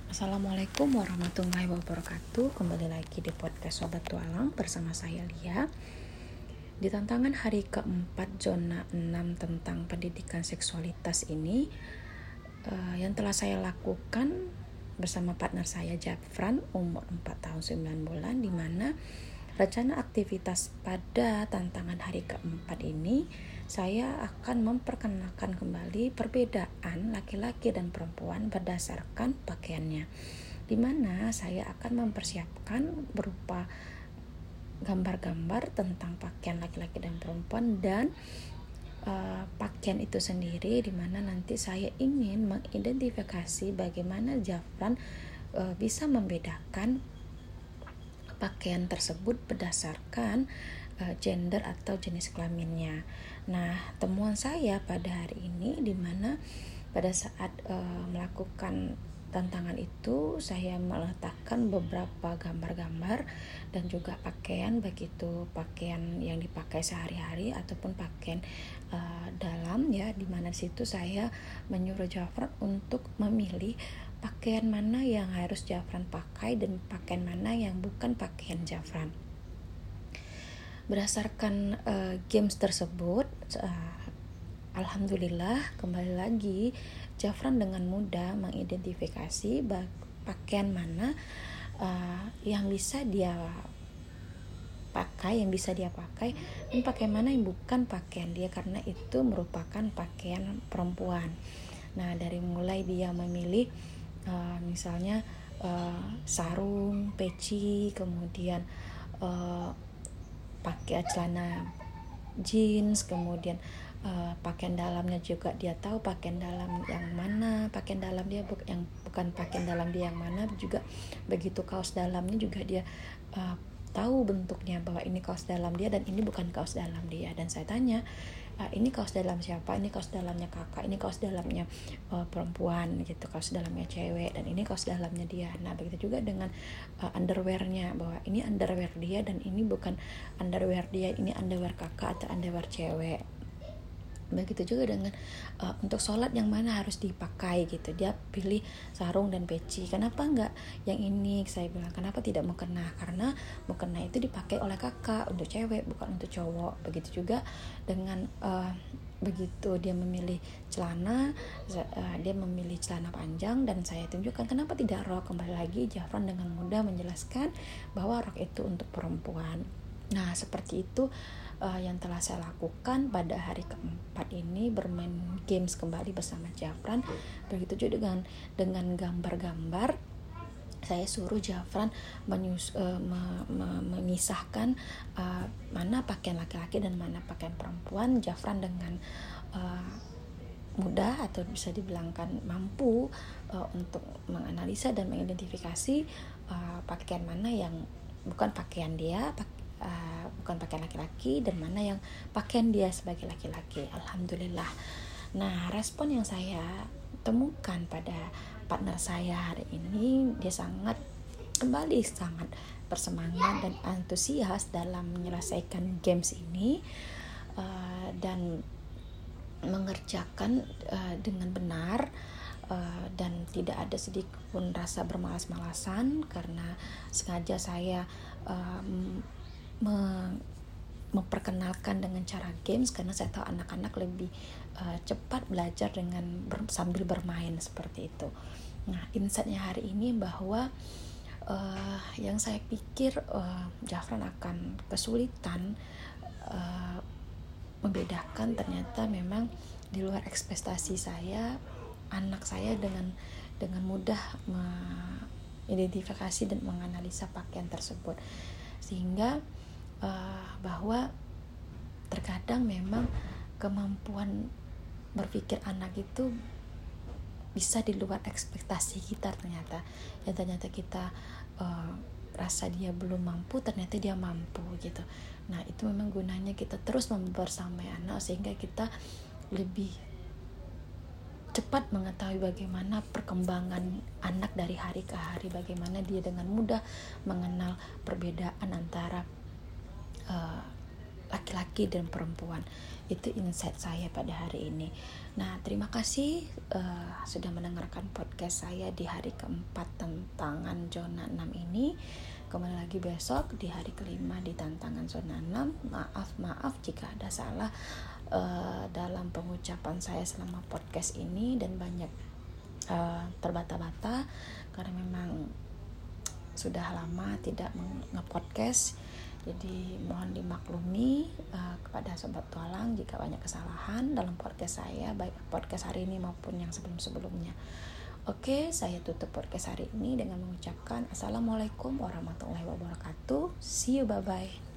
Assalamualaikum warahmatullahi wabarakatuh. Kembali lagi di podcast Sobat Tualang bersama saya Lia. Di tantangan hari keempat zona 6 tentang pendidikan seksualitas ini, yang telah saya lakukan bersama partner saya Jafran, umur 4 tahun 9 bulan, di mana rencana aktivitas pada tantangan hari keempat ini saya akan memperkenalkan kembali perbedaan laki-laki dan perempuan berdasarkan pakaiannya, di mana saya akan mempersiapkan berupa gambar-gambar tentang pakaian laki-laki dan perempuan dan pakaian itu sendiri, di mana nanti saya ingin mengidentifikasi bagaimana Jafran bisa membedakan pakaian tersebut berdasarkan gender atau jenis kelaminnya. Nah, temuan saya pada hari ini di mana pada saat melakukan tantangan itu saya meletakkan beberapa gambar-gambar dan juga pakaian, baik itu pakaian yang dipakai sehari-hari ataupun pakaian dalam, ya, di mana situ saya menyuruh Jafran untuk memilih pakaian mana yang harus Jafran pakai dan pakaian mana yang bukan pakaian Jafran. Berdasarkan games tersebut, alhamdulillah kembali lagi Jafran dengan mudah mengidentifikasi pakaian mana yang bisa dia pakai, dan pakaian mana yang bukan pakaian dia, karena itu merupakan pakaian perempuan. Nah, dari mulai dia memilih misalnya sarung, peci, kemudian pakai celana jeans, kemudian pakaian dalamnya juga dia tahu pakaian dalam yang mana, pakaian dalam dia yang bukan pakaian dalam dia yang mana, juga begitu kaos dalamnya juga dia tahu bentuknya bahwa ini kaos dalam dia dan ini bukan kaos dalam dia. Dan saya tanya, ini kaos dalam siapa, ini kaos dalamnya kakak, ini kaos dalamnya perempuan gitu, kaos dalamnya cewek, dan ini kaos dalamnya dia. Nah, begitu juga dengan underwearnya, bahwa ini underwear dia dan ini bukan underwear dia, ini underwear kakak atau underwear cewek. Begitu juga dengan untuk sholat yang mana harus dipakai gitu, dia pilih sarung dan peci. Kenapa enggak yang ini? Saya bilang, kenapa tidak mukena? Karena mukena itu dipakai oleh kakak untuk cewek, bukan untuk cowok. Begitu juga dengan begitu dia memilih celana, dia memilih celana panjang, dan saya tunjukkan kenapa tidak rok. Kembali lagi Jafran dengan mudah menjelaskan bahwa rok itu untuk perempuan. Nah, seperti itu yang telah saya lakukan pada hari keempat ini, bermain games kembali bersama Jafran. Begitu juga dengan gambar-gambar, saya suruh Jafran memisahkan mana pakaian laki-laki dan mana pakaian perempuan. Jafran dengan mudah atau bisa dibilangkan mampu untuk menganalisa dan mengidentifikasi pakaian mana yang bukan pakaian dia, bukan pakaian laki-laki, dan mana yang pakaian dia sebagai laki-laki. Alhamdulillah. Nah, respon yang saya temukan pada partner saya hari ini, dia sangat bersemangat dan antusias dalam menyelesaikan games ini dan mengerjakan dengan benar, dan tidak ada sedikit pun rasa bermalas-malasan, karena sengaja saya memperkenalkan dengan cara games, karena saya tahu anak-anak lebih cepat belajar dengan sambil bermain seperti itu. Nah, insightnya hari ini bahwa yang saya pikir Jafran akan kesulitan membedakan, ternyata memang di luar ekspektasi saya. Anak saya dengan mudah mengidentifikasi dan menganalisa pakaian tersebut, sehingga bahwa terkadang memang kemampuan berpikir anak itu bisa di luar ekspektasi kita. Ternyata kita rasa dia belum mampu, ternyata dia mampu gitu. Nah, itu memang gunanya kita terus membersamai anak, sehingga kita lebih cepat mengetahui bagaimana perkembangan anak dari hari ke hari, bagaimana dia dengan mudah mengenal perbedaan antara laki-laki dan perempuan. Itu insight saya pada hari ini. Nah, terima kasih sudah mendengarkan podcast saya di hari keempat tantangan zona 6 ini. Kembali lagi besok di hari kelima di tantangan zona 6. Maaf jika ada salah dalam pengucapan saya selama podcast ini dan banyak terbata-bata karena memang sudah lama tidak nge-podcast. Jadi mohon dimaklumi kepada Sobat Tualang jika banyak kesalahan dalam podcast saya, baik podcast hari ini maupun yang sebelum-sebelumnya. Oke, saya tutup podcast hari ini dengan mengucapkan Assalamualaikum warahmatullahi wabarakatuh. See you, bye-bye.